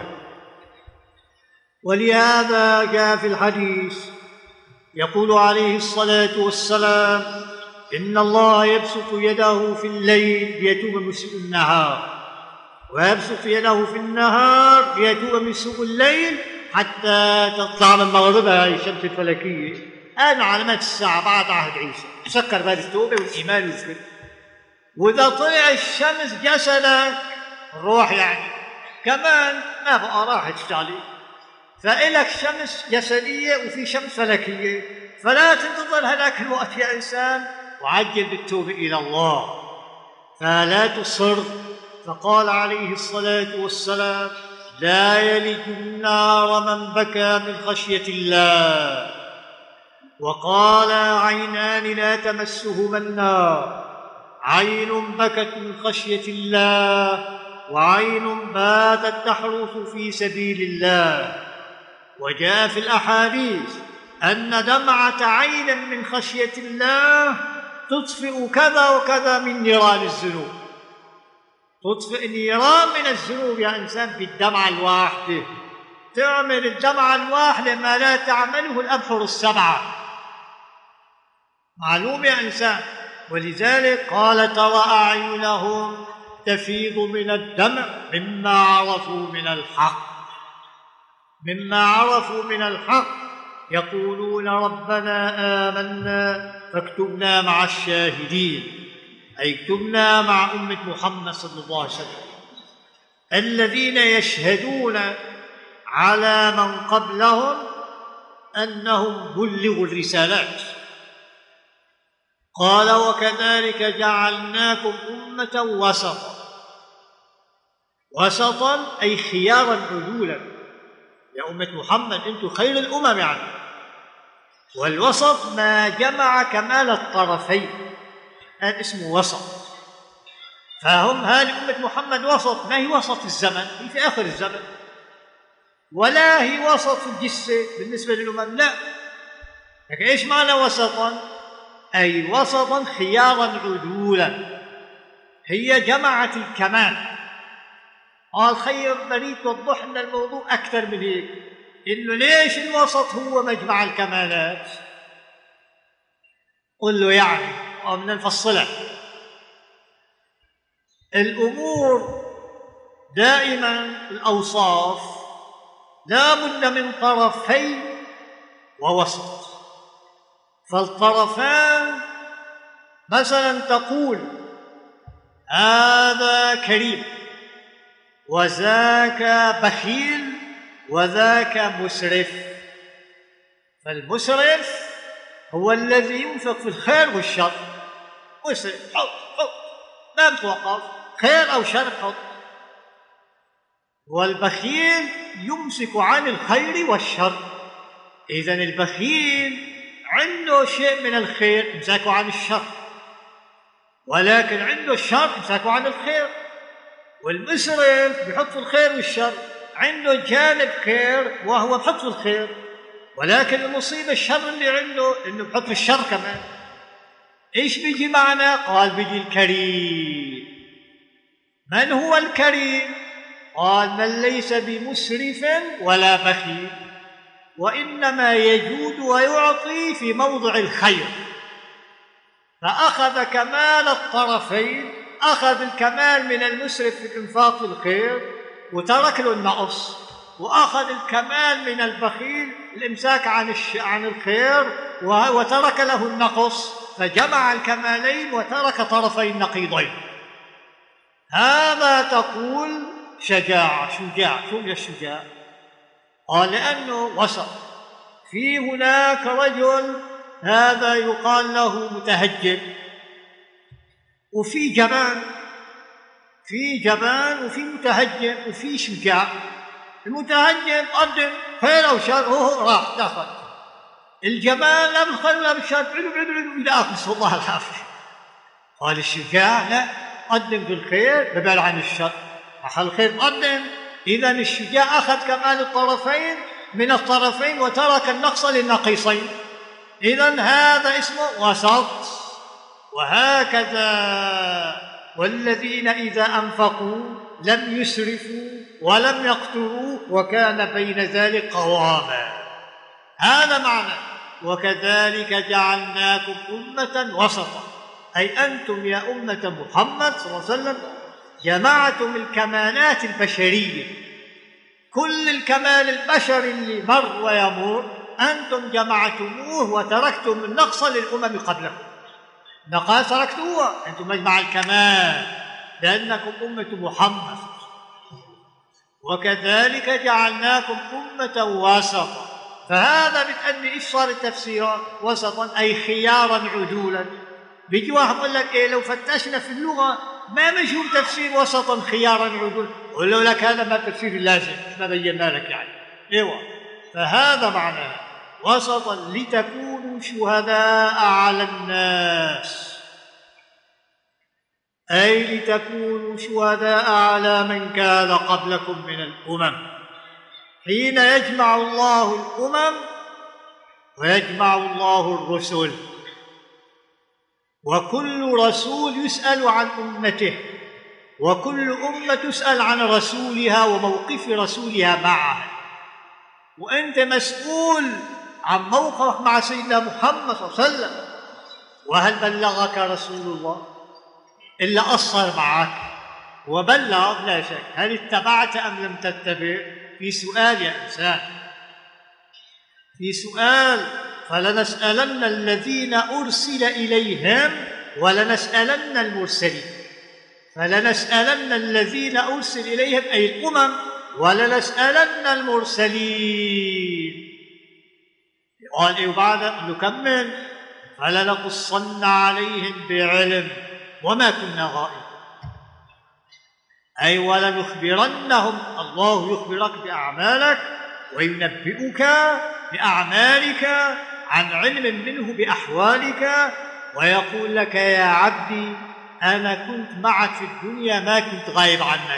ولهذا جاء في الحديث يقول عليه الصلاة والسلام: إن الله يبسط يده في الليل ليتوب مسيء النهار، ويبسط يده في النهار ليتوب مسيء الليل حتى تطلع من مغربها هي الشمس الفلكية. هذه علامات الساعة بعد عهد عيسى. تسكر بهذه التوبة والإيمان والذكر. وإذا طلع الشمس جسدك الروح يعني كمان ما بقى راح تشتغلي، فإلك شمس جسدية وفي شمس فلكية، فلا تنتظر هذاك الوقت يا إنسان، وعجل بالتوبة إلى الله، فلا تصر. فقال عليه الصلاة والسلام: لا يلج النار من بكى من خشية الله. وقال: عينان لا تمسهما النار، عين بكت من خشية الله، وعين باتت تحرث في سبيل الله. وجاء في الأحاديث أن دمعة عين من خشية الله تطفئ كذا وكذا من نيران الذنوب. تطفئ نيران من الذنوب يا إنسان بالدمعة الواحدة. تعمل الدمعة الواحدة ما لا تعمله الأبحر السبعة. معلوم يا إنسان. ولذلك قال: ترى أعينهم تفيض من الدمع مما عرفوا من الحق، مما عرفوا من الحق، يقولون: ربنا آمنا فاكتبنا مع الشاهدين، أي اكتبنا مع أمة محمد صلى الله عليه وسلم الذين يشهدون على من قبلهم أنهم بلغوا الرسالات. قال: وكذلك جعلناكم أمة وسطا. وسطا أي خيارا عدولا، يا أمة محمد أنتم خير الأمم يعني. والوسط ما جمع كمال الطرفين، هذا اسمه وسط. فهم هذه أمة محمد وسط، ما هي وسط الزمن، هي في آخر الزمن، ولا هي وسط الجسة بالنسبة للأمم، لا. لكن إيش معنى وسطا؟ أي وسطا خيارا عدولا، هي جمعت الكمال. قال خير بريد توضح لنا الموضوع أكثر من هيك، إنه ليش الوسط هو مجمع الكمالات؟ قل له يعني بدنا نفصلها. الأمور دائما الأوصاف لا بد من طرفين ووسط. فالطرفان مثلا تقول هذا كريم وذاك بخيل وذاك مسرف. فالمسرف هو الذي ينفق في الخير والشر، مسرف حط ما بتوقف، خير أو شر حط. والبخيل يمسك عن الخير والشر. إذن البخيل عنده شيء من الخير امساكه عن الشر، ولكن عنده الشر امساكه عن الخير. والمسرف بحط في الخير والشر، عنده جانب خير وهو بحط في الخير، ولكن المصيبة الشر اللي عنده انه بحط في الشر كمان. ايش بيجي معنا؟ قال بيجي الكريم. من هو الكريم؟ قال من ليس بمسرف ولا بخيل، وإنما يجود ويعطي في موضع الخير. فأخذ كمال الطرفين، أخذ الكمال من المسرف في الإنفاق في الخير وترك له النقص، وأخذ الكمال من البخيل الإمساك عن الخير وترك له النقص، فجمع الكمالين وترك طرفين نقيضين. هذا تقول شجاع. شو هي الشجاع؟ قال لأنه وسط. في هناك رجل هذا يقال له متهجد، وفي جبان، وفي متهجد وفي شجاع. المتهجد قدم خير أو شر، هو راح دخل. الجبان لا بالخير ولا بالشر، إلى آخر، نسأل الله العافية. قال الشجاع لا، قدم بالخير ببعد عن الشر، أخذ الخير قدم. إذن الشجاع أخذ كمال الطرفين من الطرفين وترك النقص للنقيصين. إذن هذا اسمه وسط. وهكذا والذين إذا أنفقوا لم يسرفوا ولم يقتروا وكان بين ذلك قواما. هذا معنى وكذلك جعلناكم أمة وسطا، أي أنتم يا أمة محمد صلى الله عليه وسلم جمعتم الكمالات البشرية، كل الكمال البشري اللي مر ويمر أنتم جمعتموه وتركتم النقص للأمم قبلكم. نقص تركتوه، أنتم مجمع الكمال لأنكم أمة محمد. وكذلك جعلناكم أمة وسطا. فهذا بتأدي إيش صار التفسير؟ وسطا أي خيارا عدولا. بيجي واحد يقول لك إيه لو فتشنا في اللغة ما مشهور تفسير وسطا خيارا عدولا، قل له لك هذا ما التفسير اللازم، ما بينا لك يعني. ايوه، فهذا معناه وسطا لتكونوا شهداء على الناس، أي لتكونوا شهداء على من كان قبلكم من الأمم. حين يجمع الله الأمم ويجمع الله الرسل، وكل رسول يسأل عن أمته، وكل أمة تسأل عن رسولها وموقف رسولها معها. وأنت مسؤول عن موقفك مع سيدنا محمد صلى الله عليه وسلم. وهل بلغك رسول الله إلا قصر معك وبلغ؟ لا شك. هل اتبعت أم لم تتبع؟ في سؤال يا إنسان، في سؤال. فلنسألن الذين أرسل إليهم ولنسألن المرسلين. فلنسألن الذين أرسل إليهم أي الأمم ولنسألن المرسلين. قال إيه وبعد؟ نكمل: فلنقصن عليهم بعلم وما كنا غائبين. أي ولنخبرنهم، الله يخبرك بأعمالك وينبئك بأعمالك عن علم منه بأحوالك، ويقول لك: يا عبدي أنا كنت معك في الدنيا، ما كنت غايب عنك،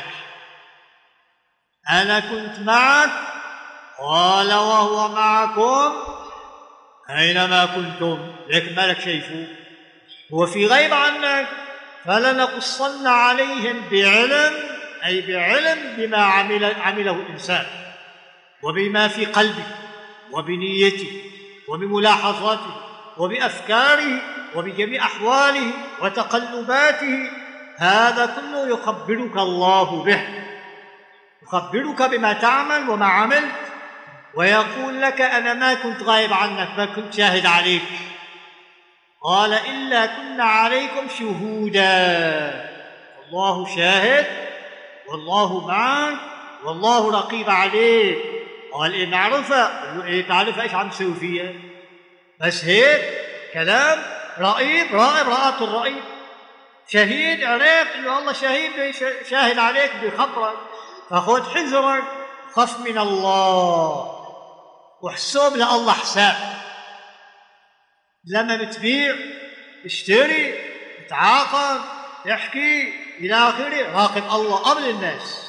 أنا كنت معك. قال: وهو معكم أينما كنتم، لكن ما لك شايفه، هو في غيب عنك. فلنقصن عليهم بعلم، أي بعلم بما عمله الإنسان، وبما في قلبه، وبنيته، وبملاحظاته، وبأفكاره، وبجميع أحواله وتقلباته. هذا كله يخبرك الله به، يخبرك بما تعمل وما عملت، ويقول لك: أنا ما كنت غايب عنك، ما كنت شاهد عليك. قال: إلا كنا عليكم شهودا. الله شاهد، والله معك، والله رقيب عليك. قال: إيه نعرفها؟ قال له: إيه تعرف إيش عم تسوي فيها؟ بس هيك كلام. رقيب، راقب رقابة الرقيب. شهيد، عرفت إنه الله شهيد، شاهد عليك، بيخبرك. فخذ حذرك، خف من الله، واحسب لله حساب. لما بتبيع، تشتري، تتعاقد، تحكي إلى آخره، راقب الله قبل الناس،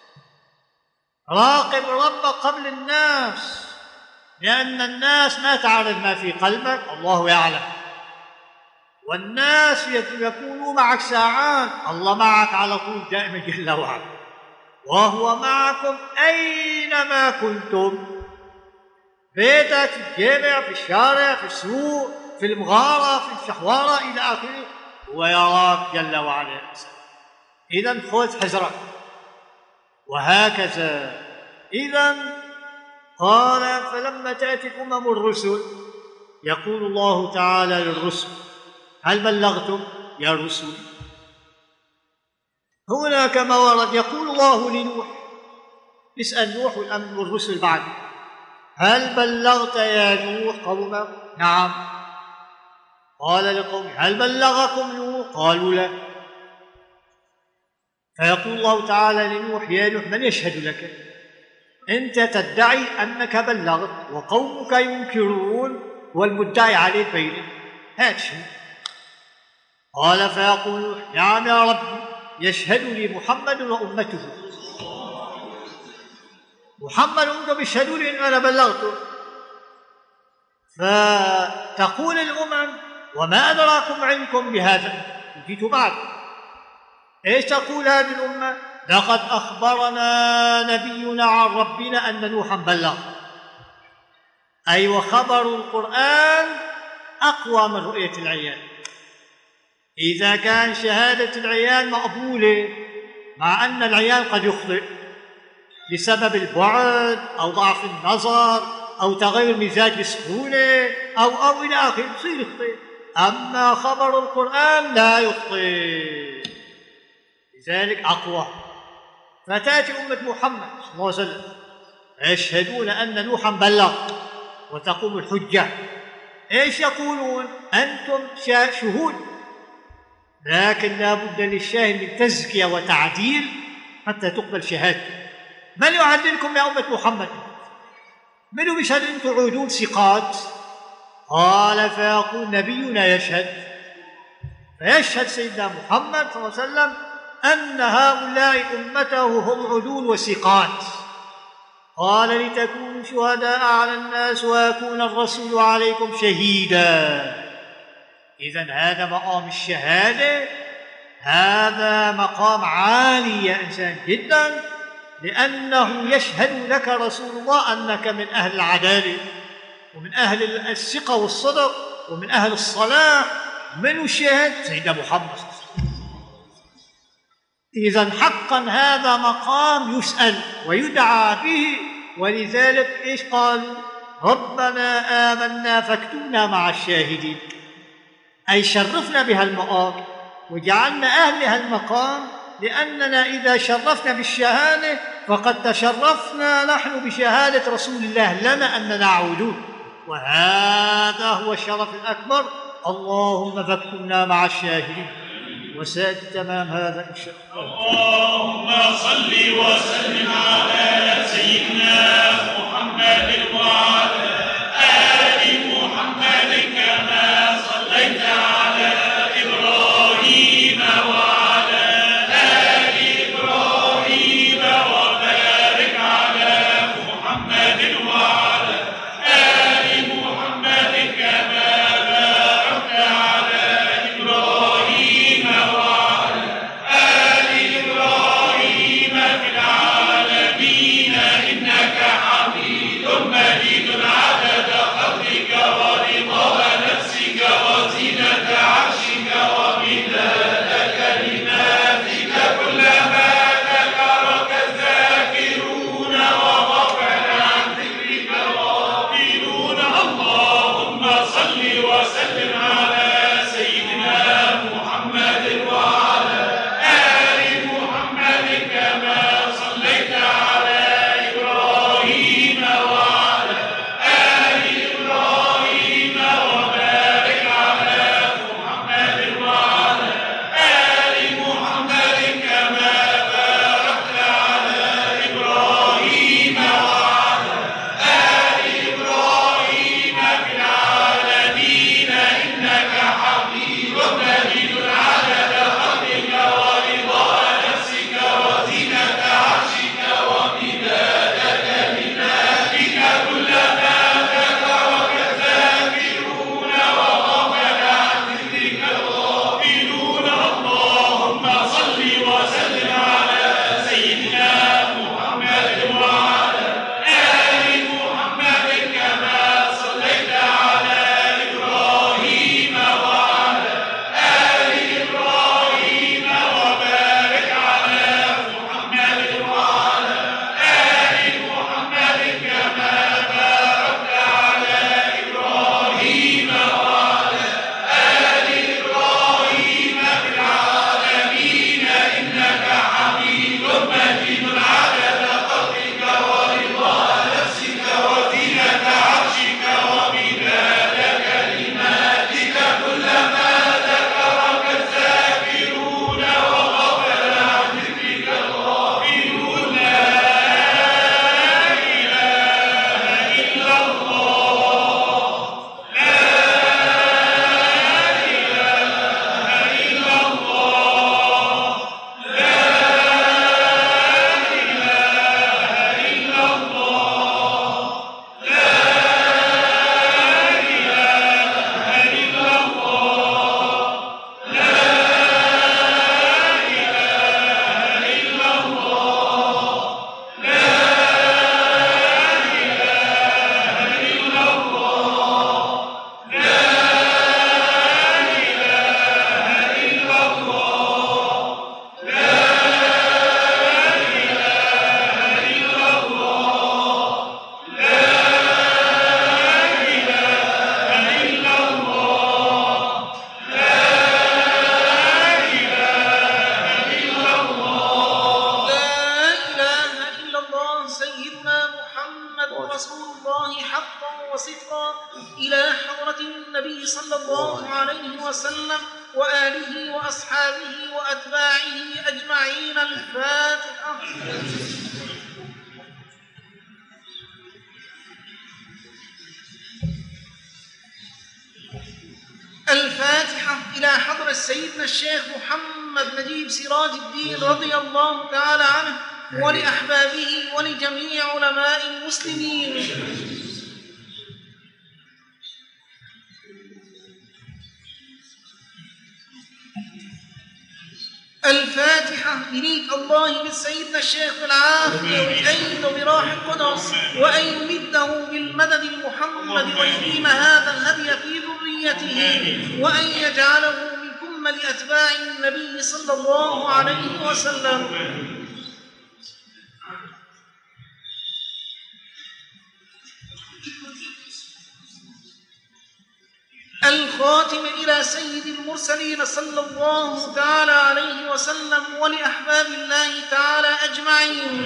راقب ربك قبل الناس، لأن الناس ما تعرف ما في قلبك، الله يعلم. والناس يكونوا معك ساعات، الله معك على طول دائما جل وعلا، وهو معكم أينما كنتم، بيتك، في الجامع، في الشارع، في السوق، في المغارة، في الشحوارة إلى آخره، ويراك جل وعلا. إذن خذ حذرك. وهكذا. إذن قال: فلما تأتي الأمم الرسل، يقول الله تعالى للرسل: هل بلغتم يا رسل؟ هنا كما ورد يقول الله لنوح، اسأل نوح والرسل بعد: هل بلغت يا نوح قومك؟ نعم. قال لقومه: هل بلغكم نوح؟ قالوا لا. فيقول الله تعالى لنوح: يا نوح، من يشهد لك؟ أنت تدعي أنك بلغت، وقومك ينكرون، والمدعي عليه بينه، هات شو. قال: فيقول نوح: نعم يا ربي، يشهد لي محمد وأمته، محمد وأمته بيشهدوا لي أن أنا بلغته. فتقول الأمم: وما أدراكم علمكم بهذا، جيتوا بعد. إيش تقول هذه الأمة؟ لقد أخبرنا نبينا عن ربنا أن نوحا بلغ. أي وخبر القرآن أقوى من رؤية العيان. إذا كان شهادة العيان مقبولة، مع أن العيان قد يخطئ بسبب البعد أو ضعف النظر أو تغير مزاج بسهولة أو إلى آخره، يصير يخطئ. أما خبر القرآن لا يخطئ، لذلك أقوى. فتأتي أمة محمد صلى الله عليه وسلم يشهدون أن نوحا بلغ، وتقوم الحجة. إيش يقولون؟ أنتم شهود، لكن لا بد للشاهد من تزكية وتعديل حتى تقبل شهادته. من يعدلكم يا أمة محمد؟ من يشهد أنتم عدول ثقات؟ قال: فيقول نبينا يشهد، فيشهد سيدنا محمد صلى الله عليه وسلم أن هؤلاء أمته هم عدول وثقات. قال: لتكونوا شهداء على الناس ويكون الرسول عليكم شهيدا. إذن هذا مقام الشهادة، هذا مقام عالي يا إنسان جدا، لأنه يشهد لك رسول الله أنك من أهل العدالة، ومن أهل الثقة والصدق، ومن أهل الصلاح. من يشهد؟ سيدنا محمد. إذن حقا هذا مقام يسأل ويدعى به. ولذلك إيش قالوا؟ ربنا آمنا فاكتبنا مع الشاهدين، أي شرفنا بها المقام وجعلنا أهل هالمقام لأننا إذا شرفنا بالشهادة فقد تشرفنا نحن بشهادة رسول الله لنا أننا عودون، وهذا هو الشرف الأكبر. اللهم فاكتبنا مع الشاهدين. وساد تمام هذا إن شاء الله. اللهم صل وسلم على سيدنا محمد وعلى آل محمد كما صليت على إبراهيم وعلى آل إبراهيم وبارك على محمد وعلى آل محمد كما باركت على إبراهيم وعلى آل إبراهيم في العالمين إنك حميد مجيد عدد خلقك ورضا نفسك وزينة عرشك ومداد كلماتك كلما ذكرك الذاكرون وغفل عن ذكرك الغافلون. اللهم صل وسلم على سيدنا محمد وعلى آل محمد كما صليت على إبراهيم وعلى آل إبراهيم وبارك على محمد وعلى آل محمد كما باركت على إبراهيم وعلى آل إبراهيم في العالمين إنك حميد مجيد عدد خلقك ورضا نفسك وزينة عرشك ومداد كلماتك كلما ذكرك الذاكرون وغفل عن ذكرك الغافلون. اللهم صل وسلم على سيدنا محمد وعلى آل محمد كما صليت على إبراهيم وعلى آل إبراهيم وبارك على محمد وعلى آل محمد كما باركت على إبراهيم وعلى آل إبراهيم في العالمين إنك حميد مجيد عدد خلقك ورضا نفسك وزينة عرشك ومداد كلماتك كلما ذكرك الذاكرون وغفل عن ذكرك الغافلون. لا إله إلا الله، لا إله إلا الله، لا إله إلا الله، لا إله إلا الله، لا إله إلا الله، لا إله إلا الله، لا إله إلا الله، لا إله إلا الله، لا إله إلا الله، لا إله إلا الله. لا إله إلا الله سيدنا محمد رسول الله حقا وصدقا إلى حضرة النبي صلى الله عليه وسلم وآله وأصحابه وأتباعه أجمعين. الفاتحة. الفاتحة إلى حضرة سيدنا الشيخ محمد نجيب سراج الدين رضي الله تعالى عنه ولأحبابه ولجميع علماء المسلمين. الفاتحة إليك الله بالسيدنا الشيخ بالعافية ويأيد براح القدس وأن يمده بالمدد المحمد ويقيم هذا الهدي في ذريته وأن يجعله من كمل أتباع النبي صلى الله عليه وسلم. الخاتم إلى سيد المرسلين صلى الله تعالى عليه وسلم ولأحباب الله تعالى أجمعين.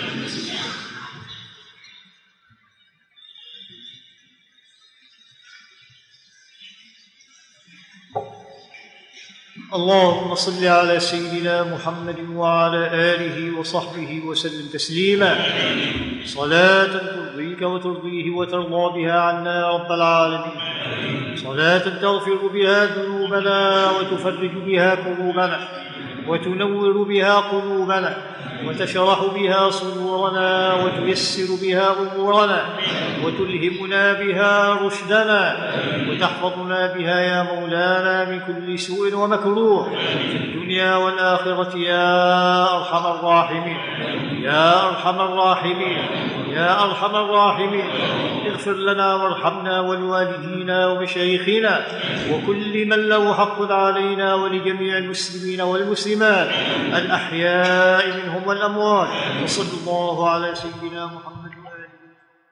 اللهم صل على سيدنا محمد وعلى آله وصحبه وسلم تسليما، صلاة ترضيك وترضيه وترضى بها عنا يا رب العالمين، صلاة تغفر بها ذنوبنا وتفرج بها كروبنا وتنور بها قلوبنا وتشرح بها صدورنا وتيسر بها أمورنا وتلهمنا بها رشدنا وتحفظنا بها يا مولانا من كل سوء ومكروه في الدنيا والآخرة يا أرحم الراحمين يا أرحم الراحمين يا أرحم الراحمين. اغفر لنا وارحمنا ولوالدينا ومشايخنا وكل من له حق علينا ولجميع المسلمين والمسلمات الأحياء منهم والأموات، وصلى الله على سيدنا محمد